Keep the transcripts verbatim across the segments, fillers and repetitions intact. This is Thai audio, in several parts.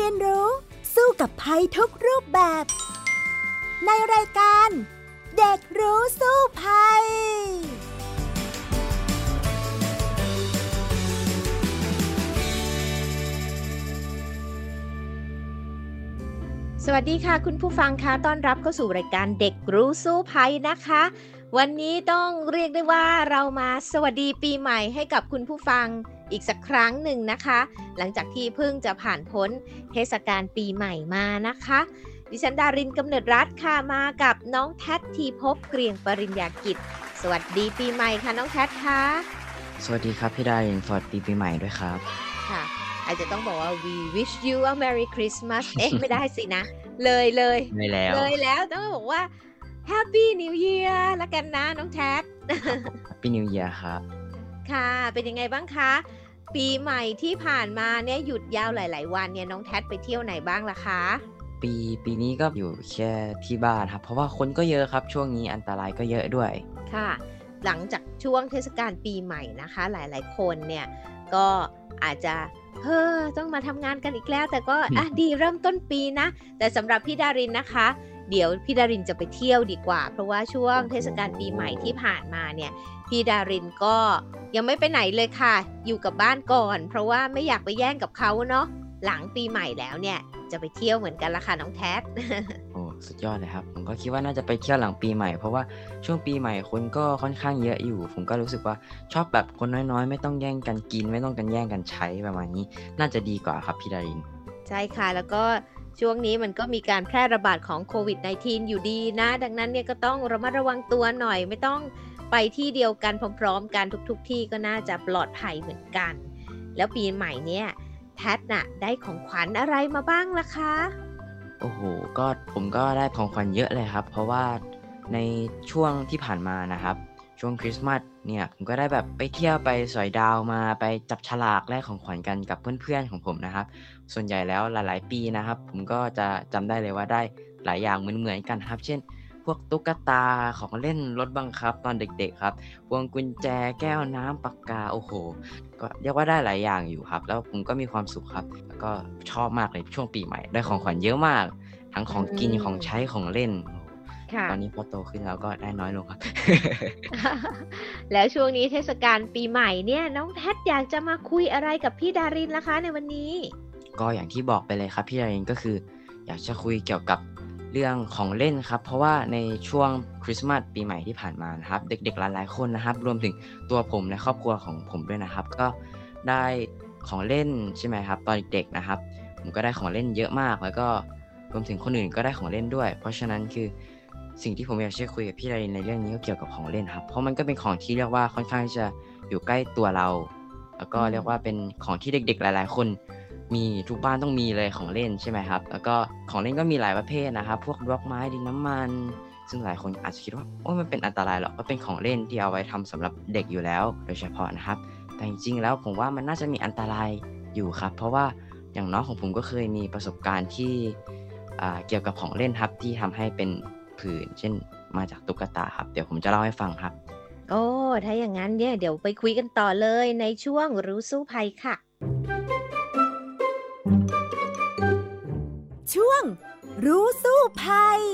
รียนรู้สู้กับภัยทุกรูปแบบในรายการเด็กรู้สู้ภัยสวัสดีค่ะคุณผู้ฟังคะต้อนรับเข้าสู่รายการเด็กรู้สู้ภัยนะคะวันนี้ต้องเรียกได้ว่าเรามาสวัสดีปีใหม่ให้กับคุณผู้ฟังอีกสักครั้งหนึ่งนะคะหลังจากที่เพิ่งจะผ่านพ้นเทศกาลปีใหม่มานะคะดิฉันดารินกำเนิดรัตน์ค่ะมากับน้องแทททีพบเกรียงปริญญากิจสวัสดีปีใหม่ค่ะน้องแททค่ะสวัสดีครับพี่ดารินสวัสดีปีใหม่ด้วยครับค่ะอาจจะต้องบอกว่า we wish you a merry Christmas เอ๊ะไม่ได้สินะเลยเลยไม่แล้วเลยแล้วต้องบอกว่า Happy New Year ละกันนะน้องแทท Happy New Year ครับค่ะเป็นยังไงบ้างคะปีใหม่ที่ผ่านมาเนี่ยหยุดยาวหลายๆวันเนี่ยน้องแททไปเที่ยวไหนบ้างล่ะคะปีปีนี้ก็อยู่แค่ที่บ้านครับเพราะว่าคนก็เยอะครับช่วงนี้อันตรายก็เยอะด้วยค่ะหลังจากช่วงเทศกาลปีใหม่นะคะหลายๆคนเนี่ยก็อาจจะเฮ้อต้องมาทำงานกันอีกแล้วแต่ก็อ่ะดีเริ่มต้นปีนะแต่สำหรับพี่ดารินนะคะเดี๋ยวพี่ดารินจะไปเที่ยวดีกว่าเพราะว่าช่วงเทศกาลปีใหม่ที่ผ่านมาเนี่ยพี่ดารินก็ยังไม่ไปไหนเลยค่ะอยู่กับบ้านก่อนเพราะว่าไม่อยากไปแย่งกับเขาเนาะหลังปีใหม่แล้วเนี่ยจะไปเที่ยวเหมือนกันละค่ะน้องแท็โอ้สุดยอดเลยครับผมก็คิดว่าน่าจะไปเที่ยวหลังปีใหม่เพราะว่าช่วงปีใหม่คนก็ค่อนข้างเยอะอยู่ผมก็รู้สึกว่าชอบแบบคนน้อยๆไม่ต้องแย่งกันกินไม่ต้องกันแย่งกันใช้ประมาณนี้น่าจะดีกว่าครับพี่ดารินใช่ค่ะแล้วก็ช่วงนี้มันก็มีการแพร่ระบาดของโควิด สิบเก้า อยู่ดีนะดังนั้นเนี่ยก็ต้องระมัดระวังตัวหน่อยไม่ต้องไปที่เดียวกันพร้อมๆกันทุกๆที่ก็น่าจะปลอดภัยเหมือนกันแล้วปีใหม่เนี่ยแพทน่ะได้ของขวัญอะไรมาบ้างล่ะคะโอ้โหก็ผมก็ได้ของขวัญเยอะเลยครับเพราะว่าในช่วงที่ผ่านมานะครับช่วงคริสต์มาสเนี่ยผมก็ได้แบบไปเที่ยวไปสอยดาวมาไปจับฉลากแลกของขวัญกันกับเพื่อนๆของผมนะครับส่วนใหญ่แล้วหลายๆปีนะครับผมก็จะจำได้เลยว่าได้หลายอย่างเหมือนๆกันครับเช่นพวกตุ๊กตาของเล่นรถบังคับตอนเด็กๆครับพวงกุญแจแก้วน้ำปากกาโอ้โหก็เรียกว่าได้หลายอย่างอยู่ครับแล้วผมก็มีความสุขครับแล้วก็ชอบมากเลยช่วงปีใหม่ได้ของขวัญเยอะมากทั้งของกินของใช้ของเล่นตอนนี้พอโตขึ้นแล้วก็ได้น้อยลงครับแล้วช่วงนี้เทศกาลปีใหม่เนี่ยน้องแททอยากจะมาคุยอะไรกับพี่ดารินล่ะคะในวันนี้ก็อย่างที่บอกไปเลยครับพี่ดารินก็คืออยากจะคุยเกี่ยวกับเรื่องของเล่นครับเพราะว่าในช่วงคริสต์มาสปีใหม่ที่ผ่านมานะครับเด็กๆหลายๆคนนะครับรวมถึงตัวผมและครอบครัวของผมด้วยนะครับก็ได้ของเล่นใช่ไหมครับตอนเด็กๆนะครับผมก็ได้ของเล่นเยอะมากแล้วก็รวมถึงคนอื่นก็ได้ของเล่นด้วยเพราะฉะนั้นคือสิ่งที่ผมอยากจะคุยกับพี่ดารินในเรื่องนี้ก็เกี่ยวกับของเล่นครับเพราะมันก็เป็นของที่เรียกว่าค่อนข้างจะอยู่ใกล้ตัวเราแล้วก็เรียกว่าเป็นของที่เด็กๆหลายๆคนมีทุกบ้านต้องมีเลยของเล่นใช่ไหมครับแล้วก็ของเล่นก็มีหลายประเภทนะครับพวกบล็อกไม้ดินน้ำมันซึ่งหลายคนอาจจะคิดว่าโอ้มันเป็นอันตรายหรอกก็เป็นของเล่นที่เอาไว้ทำสำหรับเด็กอยู่แล้วโดยเฉพาะนะครับแต่จริงๆแล้วผมว่ามันน่าจะมีอันตรายอยู่ครับเพราะว่าอย่างน้องของผมก็เคยมีประสบการณ์ที่เกี่ยวกับของเล่นครับที่ทำให้เป็นผื่นเช่นมาจากตุ๊กตาครับเดี๋ยวผมจะเล่าให้ฟังครับโอ้ถ้าอย่างนั้นเนี่ยเดี๋ยวไปคุยกันต่อเลยในช่วงรู้สู้ภัยค่ะช่วงรู้สู้ภัย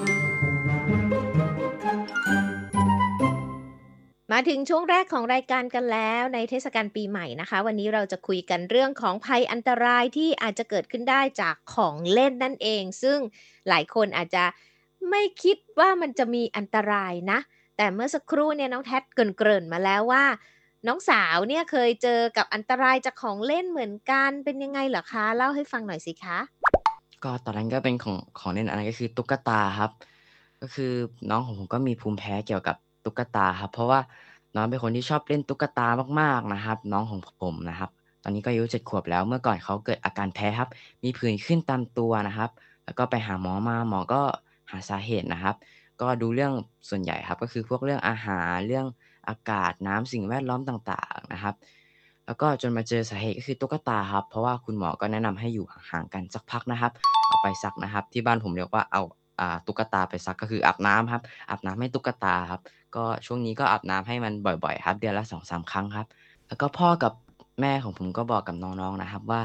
มาถึงช่วงแรกของรายการกันแล้วในเทศกาลปีใหม่นะคะวันนี้เราจะคุยกันเรื่องของภัยอันตรายที่อาจจะเกิดขึ้นได้จากของเล่นนั่นเองซึ่งหลายคนอาจจะไม่คิดว่ามันจะมีอันตรายนะแต่เมื่อสักครู่เนี่ยน้องแททเกริ่นๆมาแล้วว่าน้องสาวเนี่ยเคยเจอกับอันตรายจากของเล่นเหมือนกันเป็นยังไงเหรอคะเล่าให้ฟังหน่อยสิคะก็ตอนนั้นก็เป็นของของเล่นอันนั้นก็คือตุ๊กตาครับก็คือน้องของผมก็มีภูมิแพ้เกี่ยวกับตุ๊กตาครับเพราะว่าน้องเป็นคนที่ชอบเล่นตุ๊กตามากๆนะครับน้องของผมนะครับตอนนี้ก็อายุเจ็ดขวบแล้วเมื่อก่อนเขาเกิดอาการแพ้ครับมีผื่นขึ้นตามตัวนะครับแล้วก็ไปหาหมอมาหมอก็หาสาเหตุนะครับก็ดูเรื่องส่วนใหญ่ครับก็คือพวกเรื่องอาหารเรื่องอากาศน้ำสิ่งแวดล้อมต่างๆนะครับ แล้วก็จนมาเจอสาเหตุก็คือตุ๊กตาครับเพราะว่าคุณหมอก็แนะนำให้อยู่ห่างๆกันสักพักนะครับเอาไปซักนะครับที่บ้านผมเรียกว่าเอาอ่าตุ๊กตาไปซักก็คืออาบน้ำครับอาบน้ำให้ตุ๊กตาครับก็ช่วงนี้ก็อาบน้ำให้มันบ่อยๆครับเดือนละสองถึงสามครั้งครับแล้วก็พ่อกับแม่ของผมก็บอกกับน้องๆนะครับว่า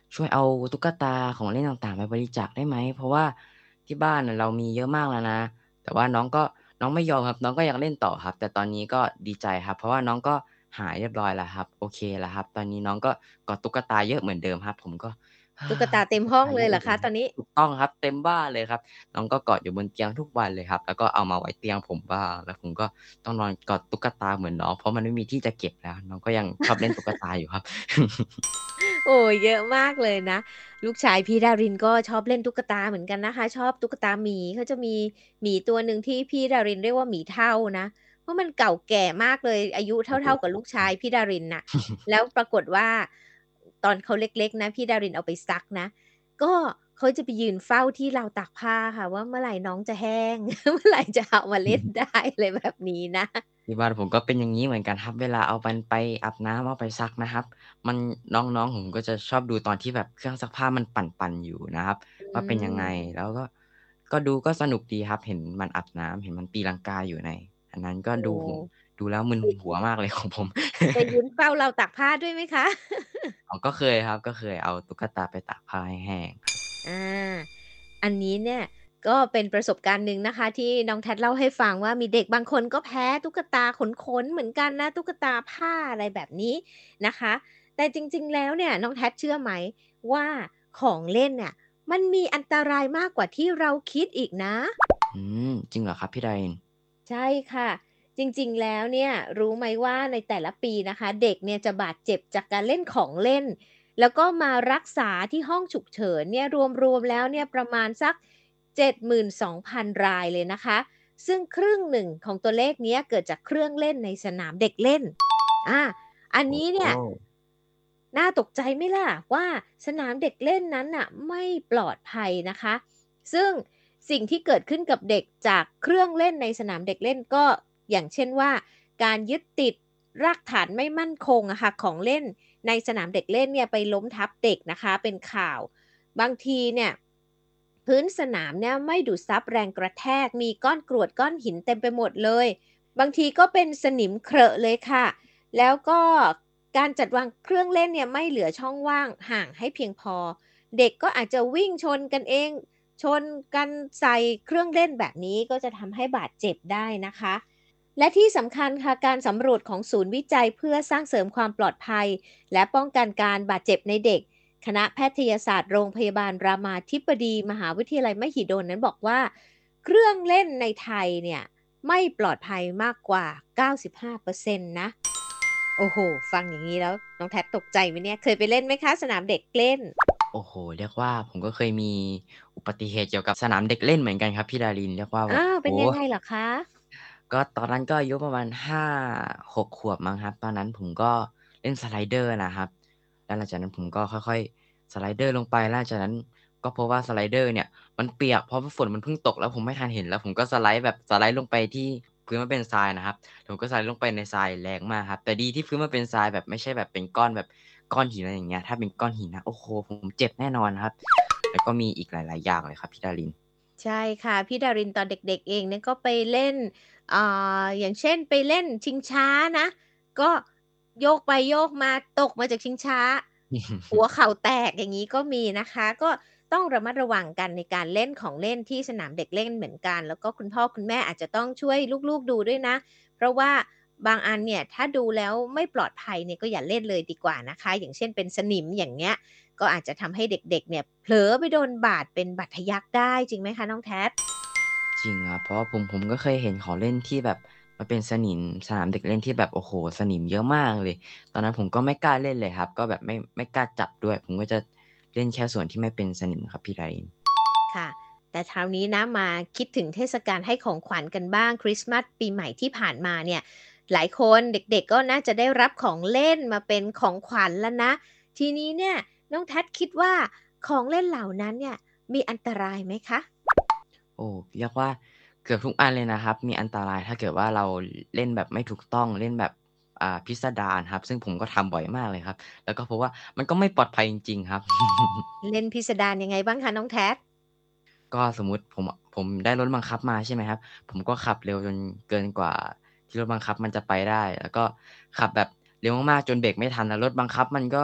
ช่วยเอาตุ๊กตาของเล่นต่างๆไปบริจาคได้ไหมเพราะว่าที่บ้านน่ะเรามีเยอะมากแล้วนะแต่ว่าน้องก็น้องไม่ยอมครับน้องก็ยังเล่นต่อครับแต่ตอนนี้ก็ดีใจครับเพราะว่าน้องก็หายเรียบร้อยแล้วครับโอเคแล้วครับตอนนี้น้องก็กอดตุ๊กตาเยอะเหมือนเดิมครับผมก็ตุ๊กตาเต็ตุ๊กมห้องตาเยอะเหเลยเหรอลือเกินครับคะตอนนี้ถูกต้องครับเต็มบ้านเลยครับน้องก็กอดอยู่บนเตียงทุกวันเลยครับแล้วก็เอามาไว้เตียงผมบ้างแล้วผมก็ต้องนอนกอดตุ๊กตาเหมือนน้องเพราะมันไม่มีที่จะเก็บแล้วน้องก็ยังชอบเล่นตุ๊กตาอยู่ครับโอ้เยอะมากเลยนะลูกชายพี่ดารินก็ชอบเล่นตุ๊กตาเหมือนกันนะคะชอบตุ๊กตาหมีเขาจะมีหมีตัวหนึ่งที่พี่ดารินเรียกว่าหมีเฒ่านะเพราะมันเก่าแก่มากเลยอายุโอ้โฮเท่าๆกับลูกชายพี่ดารินน่ะแล้วปรากฏว่าตอนเขาเล็กๆนะพี่ดารินเอาไปซักนะก็เขาจะไปยืนเฝ้าที่ราวตากผ้าค่ะว่าเมื่อไหร่น้องจะแห้งเมื่อไหร่จะเอามาเล่นได้อะไรแบบนี้นะที่บ้านผมก็เป็นอย่างงี้เหมือนกันครับเวลาเอามันไปอาบน้ำเอาไปซักนะครับมันน้องๆผมก็จะชอบดูตอนที่แบบเครื่องซักผ้ามันปั่นๆอยู่นะครับอืว่าเป็นยังไงมแล้วก็ก็ดูก็สนุกดีครับเห็นมันอาบน้ำเห็นมันตีลังกาอยู่ในอันนั้นก็โอ้ดูผมดูแล้วมึนไปหัวมากเลยของผมไปยืนเฝ้าราวตากผ้าด้วยไหมคะอ๋อก็เคยครับก็เคยเอาตุ๊กตาไปตากผ้าให้แห้งอาอันนี้เนี่ยก็เป็นประสบการณ์หนึ่งนะคะที่น้องแทดเล่าให้ฟังว่ามีเด็กบางคนก็แพ้ตุ๊กตาขนๆเหมือนกันนะตุ๊กตาผ้าอะไรแบบนี้นะคะแต่จริงๆแล้วเนี่ยน้องแทดเชื่อไหมว่าของเล่นเนี่ยมันมีอันตรายมากกว่าที่เราคิดอีกนะอืมจริงเหรอครับพี่ Rain ใช่ค่ะจริงๆแล้วเนี่ยรู้ไหมว่าในแต่ละปีนะคะเด็กเนี่ยจะบาดเจ็บจากการเล่นของเล่นแล้วก็มารักษาที่ห้องฉุกเฉินเนี่ยรวมๆแล้วเนี่ยประมาณสักเจ็ดหมื่นสองพันรายเลยนะคะซึ่งครึ่งหนึ่งของตัวเลขเนี้ยเกิดจากเครื่องเล่นในสนามเด็กเล่นอาอันโอ้โฮนี้เนี่ยน่าตกใจไหมล่ะว่าสนามเด็กเล่นนั้นน่ะไม่ปลอดภัยนะคะซึ่ง สิ่งที่เกิดขึ้นกับเด็กจากเครื่องเล่นในสนามเด็กเล่นก็อย่างเช่นว่าการยึดติดรากฐานไม่มั่นคงอะค่ะของเล่นในสนามเด็กเล่นเนี่ยไปล้มทับเด็กนะคะเป็นข่าวบางทีเนี่ยพื้นสนามเนี่ยไม่ดูดซับแรงกระแทกมีก้อนกรวดก้อนหินเต็มไปหมดเลยบางทีก็เป็นสนิมเครอะเลยค่ะแล้วก็การจัดวางเครื่องเล่นเนี่ยไม่เหลือช่องว่างห่างให้เพียงพอเด็กก็อาจจะวิ่งชนกันเอง ชนกันใส่เครื่องเล่นแบบนี้ก็จะทำให้บาดเจ็บได้นะคะและที่สำคัญค่ะการสำรวจของศูนย์วิจัยเพื่อสร้างเสริมความปลอดภัยและป้องกันการบาดเจ็บในเด็กคณะแพทยศาสตร์โรงพยาบาลรามาธิบดีมหาวิทยาลัยมหิดลนั้นบอกว่าเครื่องเล่นในไทยเนี่ยไม่ปลอดภัยมากกว่าเก้าสิบห้าเปอร์เซ็นต์นต์นะโอ้โฮฟังอย่างงี้แล้วน้องแท็บตกใจไหมเนี่ยเคยไปเล่นไหมคะสนามเด็กเล่นโอ้โฮเรียกว่าผมก็เคยมีอุบัติเหตุเกี่ยวกับสนามเด็กเล่นเหมือนกันครับพี่ Darin เรียกว่าแบบอาเป็นโอ้โฮยังไงเหรอคะก็ตอนนั้นก็อายุประมาณห้าหกขวบมั้งครับตอนนั้นผมก็เล่นสไลเดอร์นะครับแล้วหลังจากนั้นผมก็ค่อยๆสไลเดอร์ลงไปแล้วหลังจากนั้นก็พบว่าสไลเดอร์เนี่ยมันเปียกเพราะว่าฝนมันเพิ่งตกแล้วผมไม่ทันเห็นแล้วผมก็สไลด์แบบสไลด์ลงไปที่พื้นมันเป็นทรายนะครับผมก็สไลด์ลงไปในทรายแรงมากครับแต่ดีที่พื้นมันเป็นทรายแบบไม่ใช่แบบเป็นก้อนแบบก้อนหินอะไรอย่างเงี้ยถ้าเป็นก้อนหินนะโอ้โฮผมเจ็บแน่นอนครับแล้วก็มีอีกหลายๆอย่างเลยครับพี่ Darin ใช่ค่ะพี่ดารินตอนเด็กๆเองเนี่ยก็ไปเล่นอ่าอย่างเช่นไปเล่นชิงช้านะก็โยกไปโยกมาตกมาจากชิงช้าหัวเข่าแตกอย่างงี้ก็มีนะคะก็ต้องระมัดระวังกันในการเล่นของเล่นที่สนามเด็กเล่นเหมือนกันแล้วก็คุณพ่อคุณแม่อาจจะต้องช่วยลูกๆดูด้วยนะเพราะว่าบางอันเนี่ยถ้าดูแล้วไม่ปลอดภัยเนี่ยก็อย่าเล่นเลยดีกว่านะคะอย่างเช่นเป็นสนิมอย่างเงี้ย ก็อาจจะทำให้เด็กๆเนี่ยเผลอไปโดนบาดเป็นบาดทะยักได้จริงไหมคะน้อง Tat? จริงครับเพราะว่าผมผมก็เคยเห็นของเล่นที่แบบมันเป็นสนิมสนามเด็กเล่นที่แบบโอ้โฮสนิมเยอะมากเลยตอนนั้นผมก็ไม่กล้าเล่นเลยครับก็แบบไม่ไม่กล้าจับด้วยผมก็จะเล่นแค่ส่วนที่ไม่เป็นสนิมครับพี่ Rain ค่ะแต่คราวนี้นะมาคิดถึงเทศกาลให้ของขวัญกันบ้างคริสต์มาสปีใหม่ที่ผ่านมาเนี่ยหลายคนเด็กๆก็น่าจะได้รับของเล่นมาเป็นของขวัญแล้วนะทีนี้เนี่ยน้อง Tat คิดว่าของเล่นเหล่านั้นเนี่ยมีอันตรายไหมคะโอ้เรียกว่าเกือบทุกอันเลยนะครับมีอันตรายถ้าเกิดว่าเราเล่นแบบไม่ถูกต้องเล่นแบบอ่าพิสดารครับซึ่งผมก็ทำบ่อยมากเลยครับแล้วก็พบว่ามันก็ไม่ปลอดภัยจริงๆครับเล่นพิสดารยังไงบ้างคะน้อง Tat? ก็สมมุติผมอะผมได้รถบังคับมาใช่ไหมครับผมก็ขับเร็วจนเกินกว่าที่รถบังคับมันจะไปได้แล้วก็ขับแบบเร็วมากๆจนเบรกไม่ทันแล้วรถบังคับมันก็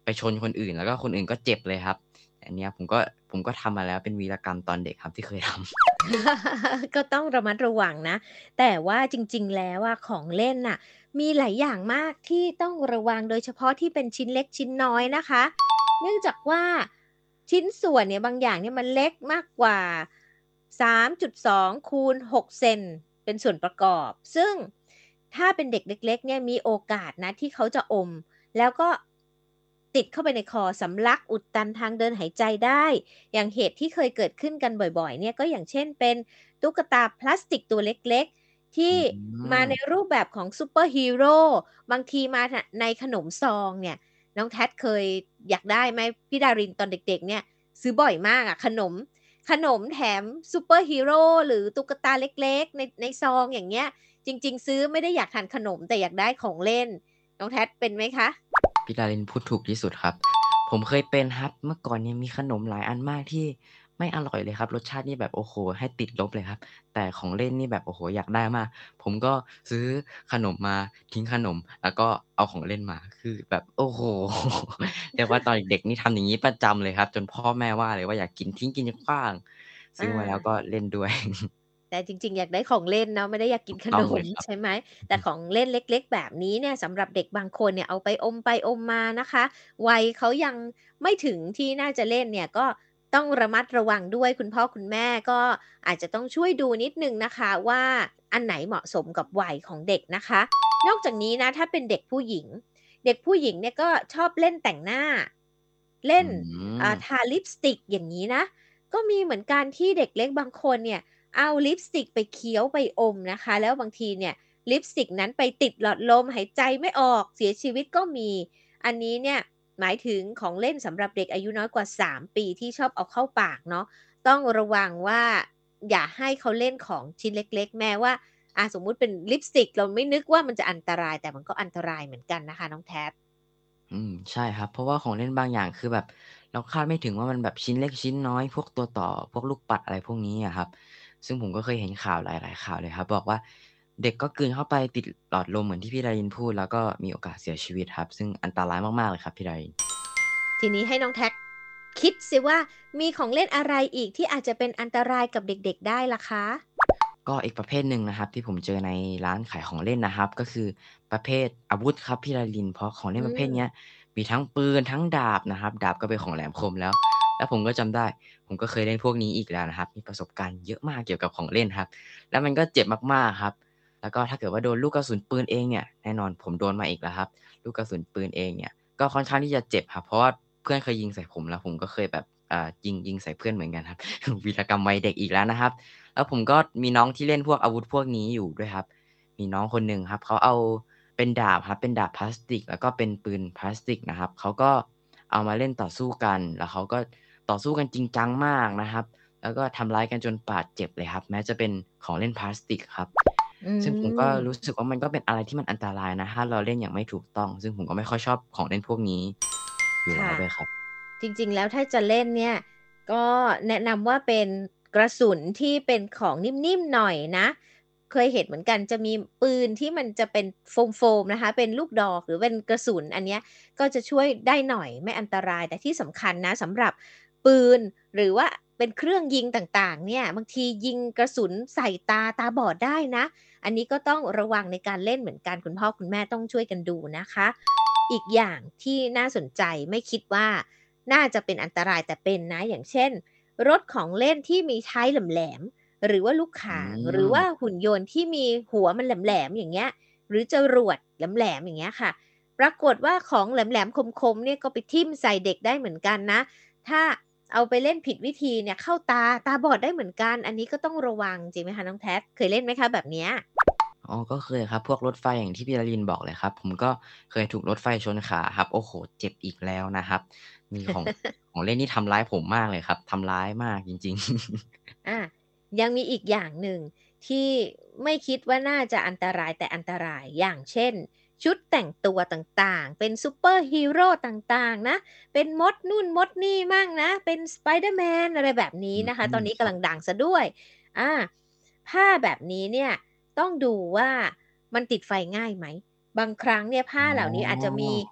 ไปชนคนอื่น แล้วก็คนอื่นก็เจ็บเลยครับ อันเนี้ยผมก็ ผมก็ทำมาแล้วเป็นวีรกรรมตอนเด็กครับที่เคย ทำก็ต้องระมัดระวังนะ แต่ว่าจริง ๆ แล้วอะของเล่นน่ะมีหลายอย่างมากที่ต้องระวัง โดยเฉพาะที่เป็นชิ้นเล็กชิ้นน้อยนะคะ เนื่องจากว่าชิ้นส่วนเนี่ยบางอย่างเนี่ยมันเล็กมากกว่า สามจุดสอง คูณ หก เซน เป็นส่วนประกอบ ซึ่งถ้าเป็นเด็กเล็ก ๆ เนี่ยมีโอกาสนะที่เขาจะอม แล้วก็ติดเข้าไปในคอ สำลัก อุดตันทางเดินหายใจได้ อย่างเหตุที่เคยเกิดขึ้นกันบ่อย ๆ เนี่ย ก็อย่างเช่น เป็นตุ๊กตาพลาสติกตัวเล็ก ๆ ที่อืมาในมรูปแบบของซูเปอร์ฮีโร บางทีมา ท ในขนมซองเนี่ย น้องแทดเคยอยากได้ไหม? พี่ดารินตอนเด็ก ๆ เนี่ยซื้อบ่อยมากอะขนม ขนมแถมซูเปอร์ฮีโร หรือตุ๊กตาเล็ก ๆ ใน ในซอง อย่างเงี้ย จริง ๆ ซื้อไม่ได้อยากทานขนม แต่อยากได้ของเล่น น้องแทดเป็นไหมคะ? พี่ดารินพูดถูกที่สุดครับ ผมเคยเป็นครับ เมื่อก่อนเนี่ยมีขนมหลายอันมากที่ไม่อร่อยเลยครับ รสชาตินี่แบบ โอ้โฮ ให้ติดลบเลยครับ แต่ของเล่นนี่แบบ โอ้โฮ อยากได้มาก ผมก็ซื้อขนมมา ทิ้งขนม แล้วก็เอาของเล่นมา คือแบบ โอ้โฮ เรียกว่าตอนเด็ก ๆ นี่ทำอย่างงี้ประจำเลยครับ จนพ่อแม่ว่าเลยว่า "อย่ากิน ทิ้ง กิน ขว้าง" ซอื้อมาแล้วาก็เล่นด้วยแต่จริง ๆ อยากได้ของเล่นเนาะ ไม่ได้อยากกถิูนกต้องเลขนมยครับใช่ไหม? อือฮแต่ึของเล่นเล็ก ๆ แบบนี้เนี่ย สำหรับเด็กบางคนเนี่ยเอาไปอมไปอมมานะคะ วัยเขายังไม่ถึงที่น่าจะเล่นเนี่ย ก็ต้องระมัดระวังด้วย คุณพ่อคุณแม่ก็อาจจะต้องช่วยดูนิดหนึ่งนะคะว่า อันไหนเหมาะสมกับวัยของเด็กนะคะ นอกจากนี้นะ ถ้าเป็นเด็กผู้หญิง เด็กผู้หญิงเนี่ยก็ชอบเล่นแต่งหน้า เลอื่น อ่ามทาลิปสติก อย่างงี้นะ ก็มีเหมือนกันที่เด็กเล็กบางคนเนี่ยเอาลิปสติกไปเคี้ยวไปอมนะคะ แล้วบางทีเนี่ยลิปสติกนั้นไปติดหลอดลม หายใจไม่ออก เสียชีวิตก็มี อันนี้เนี่ยหมายถึงของเล่นสำหรับเด็กอายุน้อยกว่า สาม ปีที่ชอบเอาเข้าปากเนาะ ต้องระวังว่า อย่าให้เขาเล่นของชิ้นเล็ก ๆ แม้ว่า อ่า สมมุติเป็นลิปสติก เราไม่นึกว่ามันจะอันตราย แต่มันก็อันตรายเหมือนกันนะคะน้องแทดอืม ใช่ครับ เพราะว่าของเล่นบางอย่าง คือแบบเราคาดไม่ถึงว่ามันแบบชิ้นเล็กชิ้นน้อย พวกตัวต่อ พวกลูกปัด อะไรพวกนี้อะครับ ซึ่งผมก็เคยเห็นข่าวหลาย ๆ ข่าวเลยครับ บอกว่าเด็กก็กลืนเข้าไปติดหลอดลมเหมือนที่พี่ดารินพูด แล้วก็มีโอกาสเสียชีวิตครับ ซึ่งอันตรายมาก ๆ เลยครับพี่ดารินทีนี้ให้น้องแท็กคิดสิว่า มีของเล่นอะไรอีกที่อาจจะเป็นอันตรายกับเด็ก ๆ ได้ล่ะคะ? ก็อีกประเภทหนึ่งนะครับที่ผมเจอในร้านขายของเล่นนะครับ ก็คือประเภทอาวุธครับพี่ดาริน เพราะของเอล่ืนประเภทเนี้มยมีทั้งปืน ทั้งดาบนะครับ ดาบก็เป็นของแหลมคมแล้ว แล้วผมก็จำได้ ผมก็เคยเล่นพวกนี้อีกแล้วนะครับ มีประสบการณ์เยอะมากเกี่ยวกับของเล่นครับ แล้วมันก็เจ็บมาก ๆ ครับ แล้วก็ถ้าเกิดว่าโดนลูกกระสุนปืนเองเนี่ย แน่นอนผมโดนมาอีกแล้วครับ ลูกกระสุนปืนเองเนี่ยก็ค่อนข้างที่จะเจ็บครับ เพราะว่าเพื่อนเคยยิงใส่ผม แล้วผมก็เคยแบบ อ่า ยิง ยิงใส่เพื่อนเหมือนกันครับ วีรกรรมวัยเด็กอีกแล้วนะครับ แล้วผมก็มีน้องที่เล่นพวกอาวุธพวกนี้อยู่ด้วยครับ มีน้องคนหนึ่งครับ เขาเอาเป็นดาบครับ เป็นดาบพลาสติก แล้วก็เป็นปืนพลาสติกนะครับ เขาก็เอามาเล่นต่อสู้กัน แล้วเขาก็ต่อสู้กันจริงจังมากนะครับ แล้วก็ทำร้ายกันจนบาดเจ็บเลยครับ แม้จะเป็นของเล่นพลาสติกครับอืซึ่งผมก็มรู้สึกว่า มันก็เป็นอะไรที่มันอันตรายนะ ถ้าเราเล่นอย่างไม่ถูกต้อง ซึ่งผมก็ไม่ค่อยชอบของเล่นพวกนี้อยู่คแล้่วะด้วยครับจริง ๆ แล้วถ้าจะเล่นเนี่ย ก็แนะนำว่าเป็นกระสุนที่เป็นของนิ่ม ๆ หน่อยนะ เคยเห็นเหมือนกัน จะมีปืนที่มันจะเป็นโฟม ๆ นะคะ เป็นลูกดอก หรือเป็นกระสุน อันเนี้ยก็จะช่วยได้หน่อย ไม่อันตราย แต่ที่สำคัญนะสำหรับปืน หรือว่าเป็นเครื่องยิงต่าง ๆ เนี่ย บางทียิงกระสุนใส่ตา ตาบอดได้นะ อันนี้ก็ต้องระวังในการเล่นเหมือนกัน คุณพ่อคุณแม่ต้องช่วยกันดูนะคะ อีกอย่างที่น่าสนใจ ไม่คิดว่าน่าจะเป็นอันตราย แต่เป็นนะ อย่างเช่น รถของเล่นที่มีท้ายแหลม ๆ หรือว่าลูกอืข่าง หรือว่ามหุ่นยนต์ที่มีหัวมันแหลม ๆ อย่างเงี้ย หรือจรวดแหลม ๆ อย่างเงี้ยค่ะ ปรากฏว่าของแหลม ๆ คม ๆ เนี่ยก็ไปทิ่มใส่เด็กได้เหมือนกันนะ ถ้าเอาไปเล่นผิดวิธีเนี่ยเข้าตา ตาบอดได้เหมือนกัน อันนี้ก็ต้องระวัง จริงไหมคะน้องแพท เคยเล่นไหมคะแบบเนี้ย? อ๋อ ก็เคยครับ พวกรถไฟอย่างที่พี่ดารินบอกเลยครับ ผมก็เคยถูกรถไฟชนขาครับ โอ้โฮ เจ็บอีกแล้วนะครับ มีของ ของเล่นที่ทำร้ายผมมากเลยครับ ทำร้ายมากจริง ๆอา ยังมีอีกอย่างหนึ่งที่ไม่คิดว่าน่าจะอันตราย แต่อันตราย อย่างเช่น ชุดแต่งตัวต่าง ๆ เป็นซูเปอร์ฮีโรต่าง ๆ นะ เป็นมดนู่นมดนี่มั่งนะ เป็น Spider-Man อะไรแบบนี้อืนะคะ ตอนม ครนี้กำับลังดังเสียด้วย อา ผ้าแบบนี้เนี่ยต้องดูว่ามันติดไฟง่ายไหม? บางครั้งเนี่ยผ้าอ๋เหล่านี้อาจจะมีอ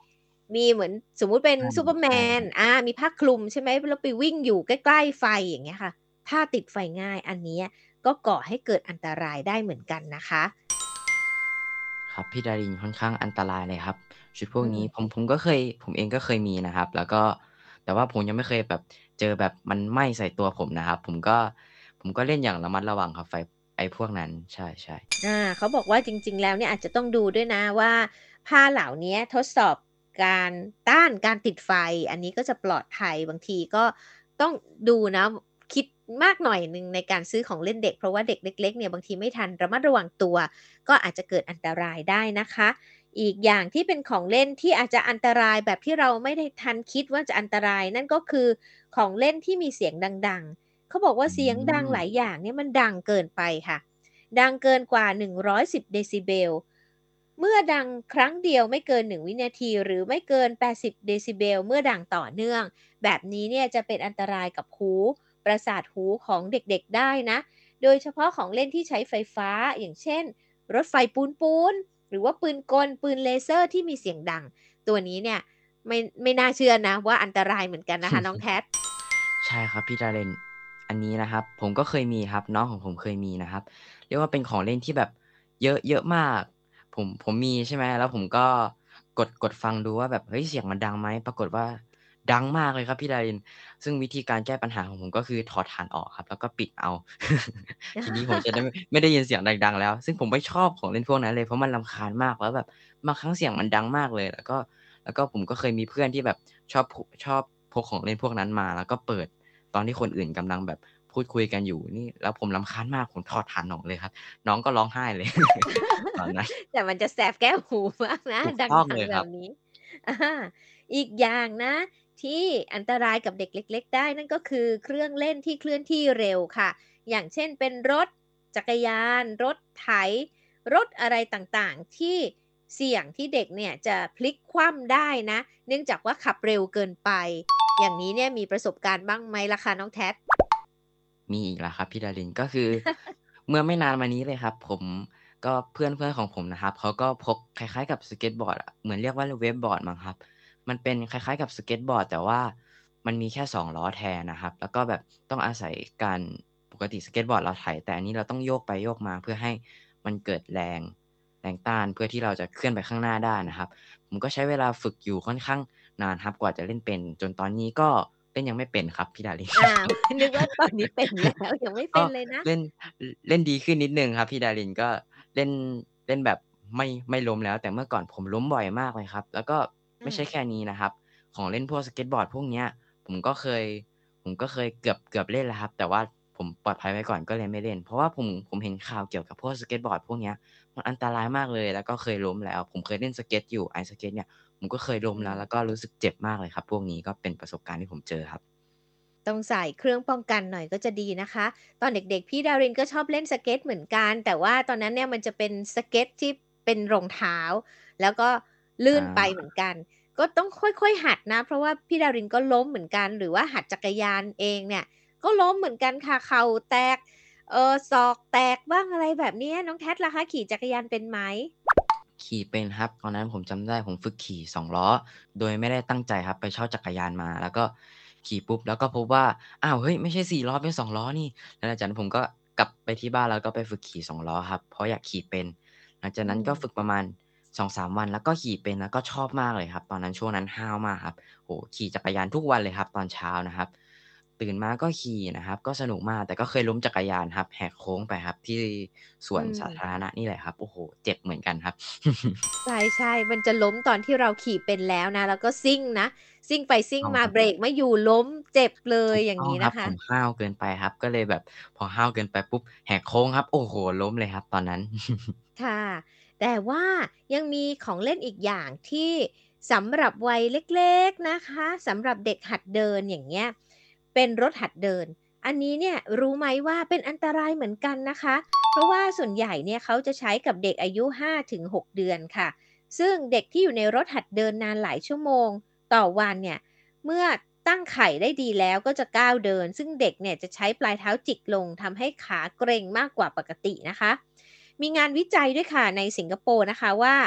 มีเหมือนสมมุติเป็นใช่ซูเปอร์แมใช่คนรับอามีผ้าคลุมใช่ไหมแล้วไปวิ่งอยู่ใกล้ๆไฟอย่างเงี้ยค่ะถ้าติดไฟง่ายอันเนี้ยก็ก่อให้เกิดอันตรายได้เหมือนกันนะคะครับพี่ดารินค่อนข้างอันตรายเลยครับชุดพวกนี้ผอืมมผมก็เคยผมเองก็เคยมีนะครับแล้วก็แต่ว่าผมยังไม่เคยแบบเจอแบบมันไหม้ใส่ตัวผมนะครับผมก็ผมก็เล่นอย่างระมัดระวังครับไฟไอ้พวกนั้นใช่ๆอาเขาบอกว่าจริงๆแล้วเนี่ยอาจจะต้องดูด้วยนะว่าผ้าเหล่าเนี้ยทดสอบการต้านการติดไฟอันนี้ก็จะปลอดภัยบางทีก็ต้องดูนะคิดมากหน่อยหนึ่งในการซื้อของเล่นเด็กเพราะว่าเด็กเล็กๆเนี่ยบางทีไม่ทันระมัดระวังตัวก็อาจจะเกิดอันตรายได้นะคะอีกอย่างที่เป็นของเล่นที่อาจจะอันตรายแบบที่เราไม่ได้ทันคิดว่าจะอันตรายนั่นก็คือของเล่นที่มีเสียงดังๆเขาบอกว่าอืเสียงดังมหลายอย่างเนี่ยมันดังเกินไปค่ะ ดังเกินกว่าหนึ่งร้อยสิบเดซิเบลเมื่อดังครั้งเดียวไม่เกินหนึ่งวินาทีหรือไม่เกินแปดสิบเดซิเบลเมื่อดังต่อเนื่องแบบนี้เนี่ยจะเป็นอันตรายกับหูประสาทหูของเด็กๆได้นะโดยเฉพาะของเล่นที่ใช้ไฟฟ้าอย่างเช่นรถไฟปูนๆหรือว่าปืนกลปืนเลเซอร์ที่มีเสียงดังตัวนี้เนี่ยไม่ไม่น่าเชื่อนะว่าอันตรายเหมือนกันนะคะน้องแ a t ใช่ครับพี่ดารินอันนี้นะครับผมก็เคยมีครับน้องของผมเคยมีนะครับเรียกว่าเป็นของเล่นที่แบบเยอะเยอะมากผมผมมีใช่ไหมแล้วผมก็กดกดฟังดูว่าแบบเฮ้ยเสียงมันดังไหมปรากฏว่าดังมากเลยครับพี่ดารินซึ่งวิธีการแก้ปัญหาของผมก็คือถอดถ่านออกครับแล้วก็ปิดเอาทีนี้ผมจะได้ไม่ไม่ได้ยินเสียงดังๆแล้วซึ่งผมไม่ชอบของเล่นพวกนั้นเลยเพราะมันรำคาญมากแล้วแบบบางครั้งเสียงมันดังมากเลยแล้วก็แล้วก็ผมก็เคยมีเพื่อนที่แบบชอบพชอบพกของเล่นพวกนั้นมาแล้วก็เปิดตอนที่คนอื่นกำลังแบบพูดคุยกันอยู่นี่แล้วผมรำคาญมากผมถอดถ่านออกเลยครับน้องก็ร้องไห้เลยตอนนั้นแต่มันจะแสบแก้วหูมากนะถูกต้องดังเลยครับๆแบบนี้อาอีกอย่างนะที่อันตรายกับเด็กเล็กๆได้นั่นก็คือเครื่องเล่นที่เคลื่อนที่เร็วค่ะอย่างเช่นเป็นรถจักรยานรถไถรถอะไรต่างๆที่เสี่ยงที่เด็กเนี่ยจะพลิกคว่ำได้นะเนื่องจากว่าขับเร็วเกินไปอย่างนี้เนี่ยมีประสบการณ์บ้างไหมล่ะคะน้องแท็มีอีกแล้วครับพี่ดารินก็คือเมื่อไม่นานมานี้เลยครับผมก็เพื่อนเพื่อนของผมนะครับเขาก็พกคล้ายๆกับสเกตบอร์ดอะเหมือนเรียกว่าเวกบอร์ดมั้งครับมันเป็นคล้ายๆกับสเกตบอร์ดแต่ว่ามันมีแค่สองล้อแทนนะครับแล้วก็แบบต้องอาศัยการปกติสเกตบอร์ดเราไถแต่อันนี้เราต้องโยกไปโยกมาเพื่อให้มันเกิดแรงแรงต้านเพื่อที่เราจะเคลื่อนไปข้างหน้าได้นะครับผมก็ใช้เวลาฝึกอยู่ค่อนข้างนานครับกว่าจะเล่นเป็นจนตอนนี้ก็เล่นยังไม่เป็นครับพี่ดารินอ้าวนึกว่าตอนนี้เป็นแล้วยังไม่เป็ก็นเลยนะเล่นลเล่นดีขึ้นนิดหนึ่งครับพี่ดารินก็เล่นเล่นแบบไม่ไม่ล้มแล้วแต่เมื่อก่อนผมล้มบ่อยมากเลยครับแล้วก็ไม่ใช่อาแค่นี้นะครับของเล่นพวกสเกตบอร์ดพวกเนี้ยผมก็เคยผมก็เคยเกือบเกือบเล่นแล้วครับแต่ว่าผมปลอดภัยไว้ก่อนก็เลยไม่เล่นเพราะว่าผมผมเห็นข่าวเกี่ยวกับพวกสเกตบอร์ดพวกเนี้ยมันอันตรายมากเลยแล้วก็เคยล้มแล้วผมเคยเล่นสเกตอยู่ Ice Skate เนี่ยผมก็เคยล้มอืมแล้วแล้วก็รู้สึกเจ็บมากเลยครับพวกนี้ก็เป็นประสบการณ์ที่ผมเจอครับต้องใส่เครื่องป้องกันหน่อยก็จะดีนะคะตอนเด็กๆพี่ดารินก็ชอบเล่นสเกตเหมือนกันแต่ว่าตอนนั้นเนี่ยมันจะเป็นสเกตที่เป็นรองเท้าแล้วก็ลื่นไปอาเหมือนกันก็ต้องค่อยๆหัดนะเพราะว่าพี่ดารินก็ล้มเหมือนกันหรือว่าหัดจักรยานเองเนี่ยก็ล้มเหมือนกันค่ะเข่าแตกเอ่อศอกแตกบ้างอะไรแบบเนี้ยน้อง Cat ล่ะคะขี่จักรยานเป็นไหมขี่เป็นครับตอนนั้นผมจำได้ผมฝึกขี่สองล้อโดยไม่ได้ตั้งใจครับไปเช่าจักรยานมาแล้วก็ขี่ปุ๊บแล้วก็พบว่าอ้าวเฮ้ยไม่ใช่สี่ล้อเป็นสองล้อนี่แล้วหลังจากนั้นผมก็กลับไปที่บ้านแล้วก็ไปฝึกขี่สองล้อครับเพราะอยากขี่เป็นหลังจากอืนั้นก็ฝึกมประมาณสองถึงสามวันแล้วก็ขี่เป็นแล้วก็ชอบมากเลยครับตอนนั้นช่วงนั้นห้าวมากครับโอ้โฮขี่จักรยานทุกวันเลยครับตอนเช้านะครับตื่นมาก็ขี่นะครับก็สนุกมากแต่ก็เคยล้มจักรยานครับแหกโค้งไปครับที่สวนอืมสาธารณะนี่แหละครับโอ้โฮเจ็บเหมือนกันครับใช่ๆมันจะล้มตอนที่เราขี่เป็นแล้วนะแล้วก็ซิ่งนะซิ่งไปซิ่งต้องครับมาเบรกไม่อยู่ล้มเจ็บเลยถูกอย่างต้องงี้นะคะครับผมห้าวเกินไปครับก็เลยแบบพอห้าวเกินไปปุ๊บแหกโค้งครับโอ้โฮล้มเลยครับตอนนั้นค่ะแต่ว่ายังมีของเล่นอีกอย่างที่สำหรับวัยเล็กๆนะคะสำหรับเด็กหัดเดินอย่างเงี้ยเป็นรถหัดเดินอันนี้เนี่ยรู้ไหมว่าเป็นอันตรายเหมือนกันนะคะเพราะว่าส่วนใหญ่เนี่ยเขาจะใช้กับเด็กอายุห้าถึงหกเดือนค่ะซึ่งเด็กที่อยู่ในรถหัดเดินนานหลายชั่วโมงต่อวันเนี่ย เมื่อตั้งไข่ได้ดีแล้วก็จะก้าวเดินซึ่งเด็กเนี่ยจะใช้ปลายเท้าจิกลงทำให้ขาเกร็งมากกว่าปกตินะคะมีงานวิจัยด้วยค่ะในสิงคโปร์นะคะว่า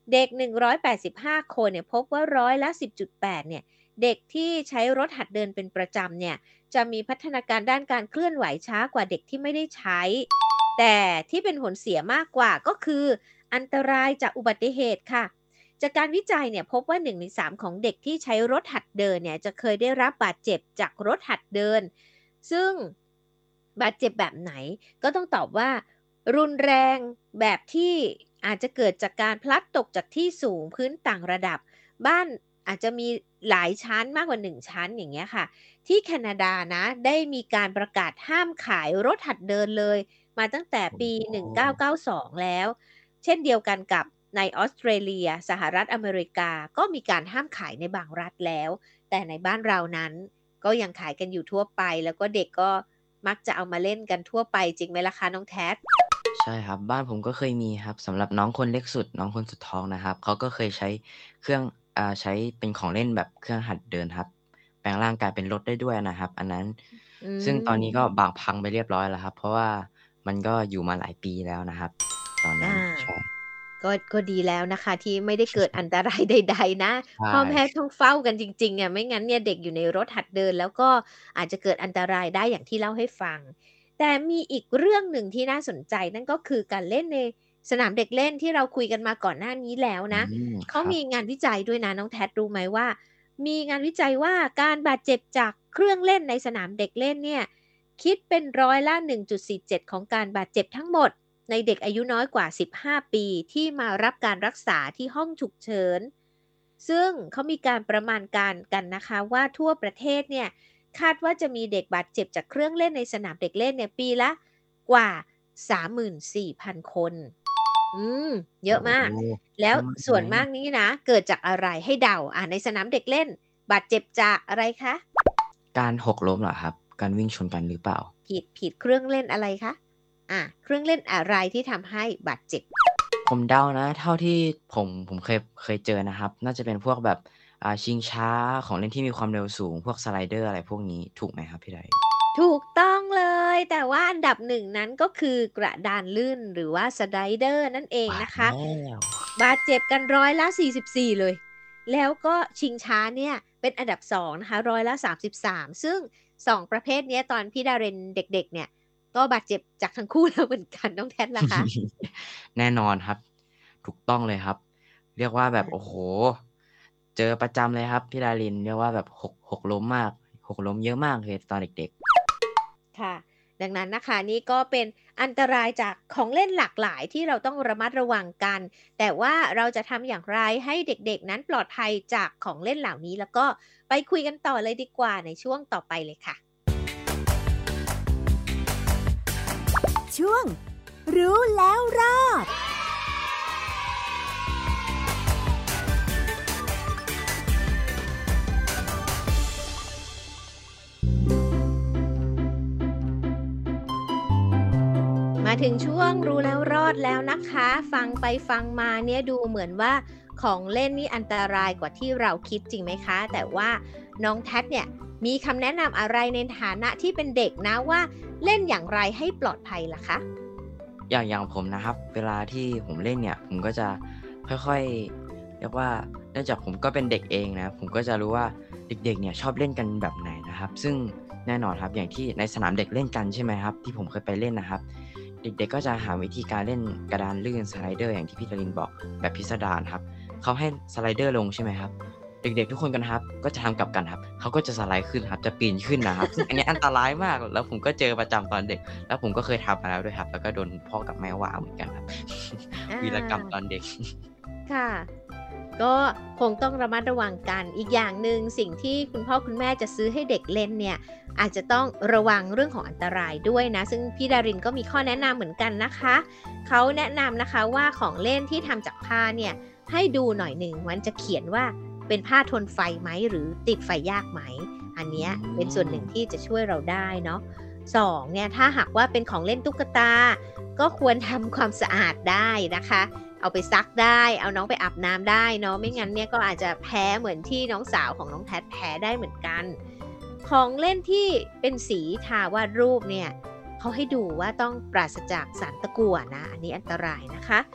เด็กหนึ่งร้อยแปดสิบห้าคนเนี่ยพบว่าร้อยละ สิบจุดแปด เนี่ยเด็กที่ใช้รถหัดเดินเป็นประจำเนี่ยจะมีพัฒนาการด้านการเคลื่อนไหวช้ากว่าเด็กที่ไม่ได้ใช้ แต่ที่เป็นผลเสียมากกว่าก็คืออันตรายจากอุบัติเหตุค่ะจากการวิจัยเนี่ยพบว่าหนึ่งในสามของเด็กที่ใช้รถหัดเดินเนี่ยจะเคยได้รับบาดเจ็บจากรถหัดเดินซึ่งบาดเจ็บแบบไหนก็ต้องตอบว่ารุนแรงแบบที่อาจจะเกิดจากการพลัดตกจากที่สูงพื้นต่างระดับบ้านอาจจะมีหลายชั้นมากกว่าหนึ่งชั้นอย่างเงี้ยค่ะที่แคนาดานะได้มีการประกาศห้ามขายรถหัดเดินเลยมาตั้งแต่ปี หนึ่งพันเก้าร้อยเก้าสิบสอง แล้วเช่นเดียวกันกับในออสเตรเลียสหรัฐอเมริกาก็มีการห้ามขายในบางรัฐแล้วแต่ในบ้านเรานั้นก็ยังขายกันอยู่ทั่วไปแล้วก็เด็กก็มักจะเอามาเล่นกันทั่วไปจริงไหมล่ะคะน้องแท็ดใช่ครับบ้านผมก็เคยมีครับสำหรับน้องคนเล็กสุดน้องคนสุดท้องนะครับเขาก็เคยใช้เครื่องอ่าใช้เป็นของเล่นแบบเครื่องหัดเดินครับแปลงร่างกายเป็นรถได้ด้วยนะครับอันนั้นอืซึ่งตอนนี้ก็มบางพังไปเรียบร้อยแล้วครับเพราะว่ามันก็อยู่มาหลายปีแล้วนะครับตอนนั้อ่านใช่ก็ก็ดีแล้วนะคะที่ไม่ได้เกิดอันตรายใดๆนะใช่พ่อแม่ต้องเฝ้ากันจริงๆอ่ะไม่งั้นเนี่ยเด็กอยู่ในรถหัดเดินแล้วก็อาจจะเกิดอันตรายได้อย่างที่เล่าให้ฟังแต่มีอีกเรื่องหนึ่งที่น่าสนใจนั่นก็คือการเล่นในสนามเด็กเล่นที่เราคุยกันมาก่อนหน้านี้แล้วอืนะมคเขารับมีงานวิจัยด้วยนะน้องแท็ดรู้ไหมว่ามีงานวิจัยว่าการบาดเจ็บจากเครื่องเล่นในสนามเด็กเล่นเนี่ยคิดเป็นร้อยละหนึ่งจุดสี่เจ็ดของการบาดเจ็บทั้งหมด ในเด็กอายุน้อยกว่า สิบห้า ปีที่มารับการรักษาที่ห้องฉุกเฉิน ซึ่งเขามีการประมาณการกันนะคะว่าทั่วประเทศเนี่ยคาดว่าจะมีเด็กบาดเจ็บจากเครื่องเล่นในสนามเด็กเล่นเนี่ยปีละกว่า สามหมื่นสี่พัน คน อืมเยโอ้อะมากโฮแล้วเยอะมากส่วนเลยมากนี้นะเกิดจากอะไรให้เดาอ่าในสนามเด็กเล่นบาดเจ็บจากอะไรคะการหกล้มเหรอครับการวิ่งชนกันหรือเปล่าผิดผิดเครื่องเล่นอะไรคะอ่าเครื่องเล่นอะไรที่ทำให้บาดเจ็บผมเดานะเท่าที่ผมผมเคยเคยเจอนะครับน่าจะเป็นพวกแบบอ่าชิงช้าของเล่นที่มีความเร็วสูงพวกสไลเดอร์อะไรพวกนี้ถูกไหมครับพี่ไดถูกต้องเลยแต่ว่าอันดับหนึ่งนั้นก็คือกระดานลื่นหรือว่าสไลเดอร์นั่นเองว่านะคะแล้วบาดเจ็บกันร้อยละสี่สิบสี่เลยแล้วก็ชิงช้าเนี่ยเป็นอันดับสองนะคะร้อยละสามสิบสามซึ่งสองประเภทเนี้ยตอนพี่ดาเรนเด็กๆเนี่ยก็บาดเจ็บจากทั้งคู่แล้วเหมือนกันน้องแท็ดล่ะคะแน่นอนครับถูกต้องเลยครับเรียกว่าแบบโอ้โฮเจอประจำเลยครับพี่ดารินเรียกว่าแบบหกหกล้มมากหกล้มเยอะมากเลยตอนเด็กๆค่ะดังนั้นนะคะนี่ก็เป็นอันตรายจากของเล่นหลากหลายที่เราต้องระมัดระวังกัน แต่ว่าเราจะทำอย่างไรให้เด็กๆนั้นปลอดภัยจากของเล่นเหล่านี้แล้วก็ไปคุยกันต่อเลยดีกว่าในช่วงต่อไปเลยค่ะช่วงรู้แล้วรอดมาถึงช่วงรู้แล้วรอดแล้วนะคะ ฟังไปฟังมาเนี่ยดูเหมือนว่าของเล่นนี่อันตรายกว่าที่เราคิดจริงไหมคะ แต่ว่าน้องแท็ดเนี่ยมีคำแนะนำอะไรในฐานะที่เป็นเด็กนะว่าเล่นอย่างไรให้ปลอดภัยล่ะคะอย่างอย่างผมนะครับเวลาที่ผมเล่นเนี่ยผมก็จะค่อยๆเรียกว่าเนื่องจากผมก็เป็นเด็กเองนะผมก็จะรู้ว่าเด็กๆเนี่ยชอบเล่นกันแบบไหนนะครับซึ่งแน่นอนครับอย่างที่ในสนามเด็กเล่นกันใช่ไหมครับที่ผมเคยไปเล่นนะครับเด็กๆก็จะหาวิธีการเล่นกระดานลื่นสไลเดอร์อย่างที่พี่ดารินบอกแบบพิสดารครับเขาให้สไลเดอร์ลงใช่ไหมครับเด็กๆทุกคนกันครับก็จะทำกลับกันครับเขาก็จะสไลด์ขึ้นครับจะปีนขึ้นนะครับซึ่งอันนี้อันตรายมากแล้วผมก็เจอประจำตอนเด็กแล้วผมก็เคยทำมาแล้วด้วยครับแล้วก็โดนพ่อกับแม่ว่าเหมือนกันครับอ่าวีรกรรมตอนเด็กค่ะ ก็คงต้องระมัดระวังกัน อีกอย่างหนึ่งสิ่งที่คุณพ่อคุณแม่จะซื้อให้เด็กเล่นเนี่ยอาจจะต้องระวังเรื่องของอันตรายด้วยนะซึ่งพี่ดารินก็มีข้อแนะนำเหมือนกันนะคะเขาแนะนำนะคะว่าของเล่นที่ทำจากผ้าเนี่ยให้ดูหน่อยหนึ่งมันจะเขียนว่าเป็นผ้าทนไฟไหมหรือติดไฟยากไหมอันเนี้ยเป็นส่วนหนึ่งที่จะช่วยเราได้เนาะสองเนี่ยถ้าหากว่าเป็นของเล่นตุ๊กตาก็ควรทำความสะอาดได้นะคะเอาไปซักได้เอาน้องไปอาบน้ำได้เนาะไม่งั้นเนี่ยก็อาจจะแพ้เหมือนที่น้องสาวของน้องแพทแพ้ได้เหมือนกันของเล่นที่เป็นสีทาวาดรูปเนี่ยเขาให้ดูว่าต้องปราศจากสารตะกั่วนะอันนี้อันตรายนะคะ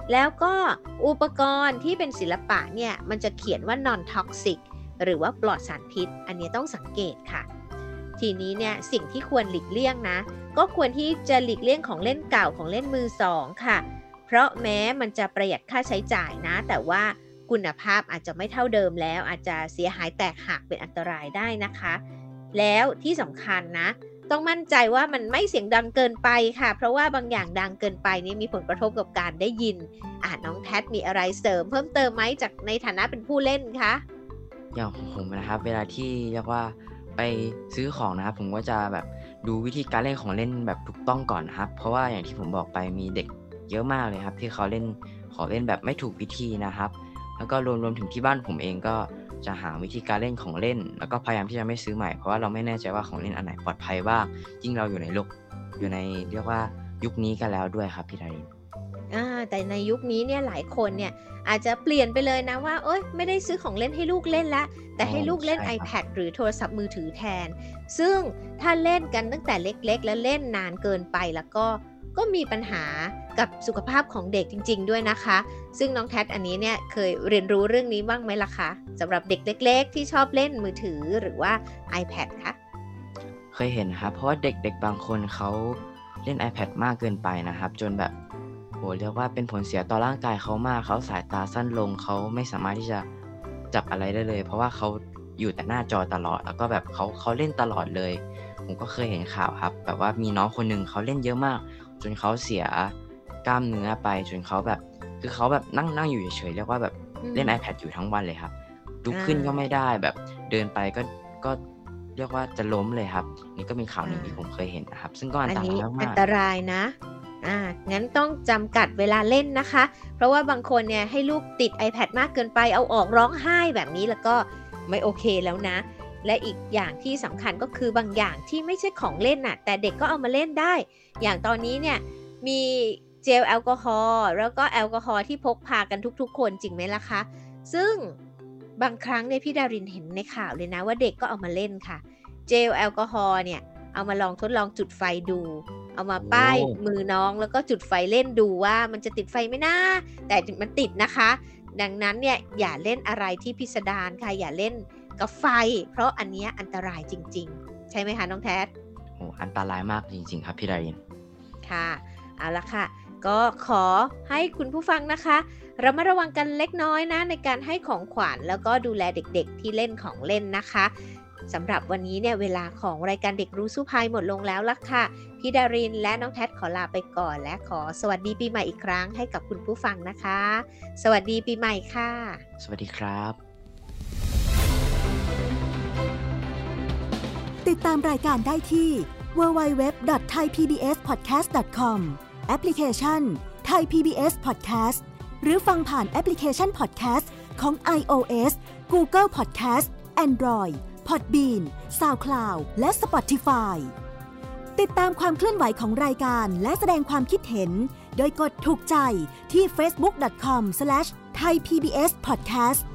แล้วก็อุปกรณ์ที่เป็นศิลปะเนี่ยมันจะเขียนว่า non toxic หรือว่าปลอดสารพิษอันนี้ต้องสังเกตค่ะทีนี้เนี่ยสิ่งที่ควรหลีกเลี่ยงนะก็ควรที่จะหลีกเลี่ยงของเล่นเก่าของเล่นมือสองค่ะเพราะแม้มันจะประหยัดค่าใช้จ่ายนะแต่ว่าคุณภาพอาจจะไม่เท่าเดิมแล้วอาจจะเสียหายแตกหักเป็นอันตรายได้นะคะแล้วที่สำคัญนะต้องมั่นใจว่ามันไม่เสียงดังเกินไปค่ะเพราะว่าบางอย่างดังเกินไปนี่มีผลกระทบกับการได้ยินอ่าน้องแพทมีอะไรเสริมเพิ่มเติมไหมจากในฐานะเป็นผู้เล่นคะอย่างของผมนะครับเวลาที่เรียกว่าไปซื้อของนะครับผมก็จะแบบดูวิธีการเล่นของเล่นแบบถูกต้องก่อนนะครับเพราะว่าอย่างที่ผมบอกไปมีเด็กเยอะมากเลยครับที่เขาเล่นของเล่นแบบไม่ถูกวิธีนะครับแล้วก็รวมรวมถึงที่บ้านผมเองก็จะหาวิธีการเล่นของเล่นแล้วก็พยายามที่จะไม่ซื้อใหม่เพราะว่าเราไม่แน่ใจว่าของเล่นอันไหนปลอดภัยบ้างยิ่งเราอยู่ในโลกอยู่ในเรียกว่ายุคนี้กันแล้วด้วยครับพี่ดารินอ่าแต่ในยุคนี้เนี่ยหลายคนเนี่ยอาจจะเปลี่ยนไปเลยนะว่าเอ้ยไม่ได้ซื้อของเล่นให้ลูกเล่นละแต่ให้ลูกเล่น iPad หรือโทรศัพท์มือถือแทนซึ่งถ้าเล่นกันตั้งแต่เล็กๆแล้วเล่นนานเกินไปแล้วก็ก็มีปัญหากับสุขภาพของเด็กจริงๆด้วยนะคะซึ่งน้องแทดอันนี้เนี่ยเคยเรียนรู้เรื่องนี้บ้างไหมล่ะคะสำหรับเด็กเล็กๆที่ชอบเล่นมือถือหรือว่า iPad คะเคยเห็นครับเพราะว่าเด็กๆบางคนเขาเล่น iPad มากเกินไปนะครับจนแบบโหเรียกว่าเป็นผลเสียต่อร่างกายเขามากเขาสายตาสั้นลงเขาไม่สามารถที่จะจับอะไรได้เลยเพราะว่าเขาอยู่แต่หน้าจอตลอดแล้วก็แบบเขาเขาเล่นตลอดเลยผมก็เคยเห็นข่าวครับแบบว่ามีน้องคนนึงเขาเล่นเยอะมากจนเขาเสียกล้ามเนื้อไปจนเขาแบบคือเขาแบบนั่งนั่งอยู่เฉยๆเรียกว่าแบบเล่น iPad อยู่ทั้งวันเลยครับลุกขึ้นก็ไม่ได้แบบเดินไปก็ก็เรียกว่าจะล้มเลยครับนี่ก็มีข่าวหนึ่งที่ผมเคยเห็นนะครับซึ่งก็อันตรายมากอันตรายนะอ่างั้นต้องจำกัดเวลาเล่นนะคะเพราะว่าบางคนเนี่ยให้ลูกติด iPad มากเกินไปเอาออกร้องไห้แบบนี้แล้วก็ไม่โอเคแล้วนะและอีกอย่างที่สำคัญก็คือบางอย่างที่ไม่ใช่ของเล่นน่ะแต่เด็กก็เอามาเล่นได้อย่างตอนนี้เนี่ยมีเจลแอลกอฮอล์แล้วก็แอลกอฮอล์ที่พกพากันทุกๆคนจริงไหมล่ะคะซึ่งบางครั้งเนี่ยพี่ดารินเห็นในข่าวเลยนะว่าเด็กก็เอามาล่นค่ะเจลแอลกอฮอล์เนี่ยเอามาลองทดลองจุดไฟดูเอามาป้ายมือน้องแล้วก็จุดไฟเล่นดูว่ามันจะติดไฟไหมนะแต่มันติดนะคะดังนั้นเนี่ยอย่าเล่นอะไรที่พิสดารค่ะอย่าเล่นกับไฟเพราะอันนี้อันตรายจริงๆใช่ไหมคะน้องแทดโอ้อันตรายมากจริงๆครับพี่ดารินค่ะเอาละค่ะก็ขอให้คุณผู้ฟังนะคะระมัดระวังกันเล็กน้อยนะในการให้ของขวัญแล้วก็ดูแลเด็กๆที่เล่นของเล่นนะคะสำหรับวันนี้เนี่ยเวลาของรายการเด็กรู้สู้ภัยหมดลงแล้วล่ะค่ะพี่ดารินและน้องแพทขอลาไปก่อนและขอสวัสดีปีใหม่อีกครั้งให้กับคุณผู้ฟังนะคะสวัสดีปีใหม่ค่ะสวัสดีครับติดตามรายการได้ที่ ดับเบิลยู ดับเบิลยู ดับเบิลยู ดอท ไทย พี บี เอส พอดแคสต์ ดอท คอม แอปพลิเคชัน Thai พี บี เอส Podcast หรือฟังผ่านแอปพลิเคชัน Podcast ของ iOS Google Podcast Android Podbean SoundCloud และ Spotify ติดตามความเคลื่อนไหวของรายการและแสดงความคิดเห็นโดยกดถูกใจที่ เฟซบุ๊ก ดอท คอม สแลช ไทย พี บี เอส พอดแคสต์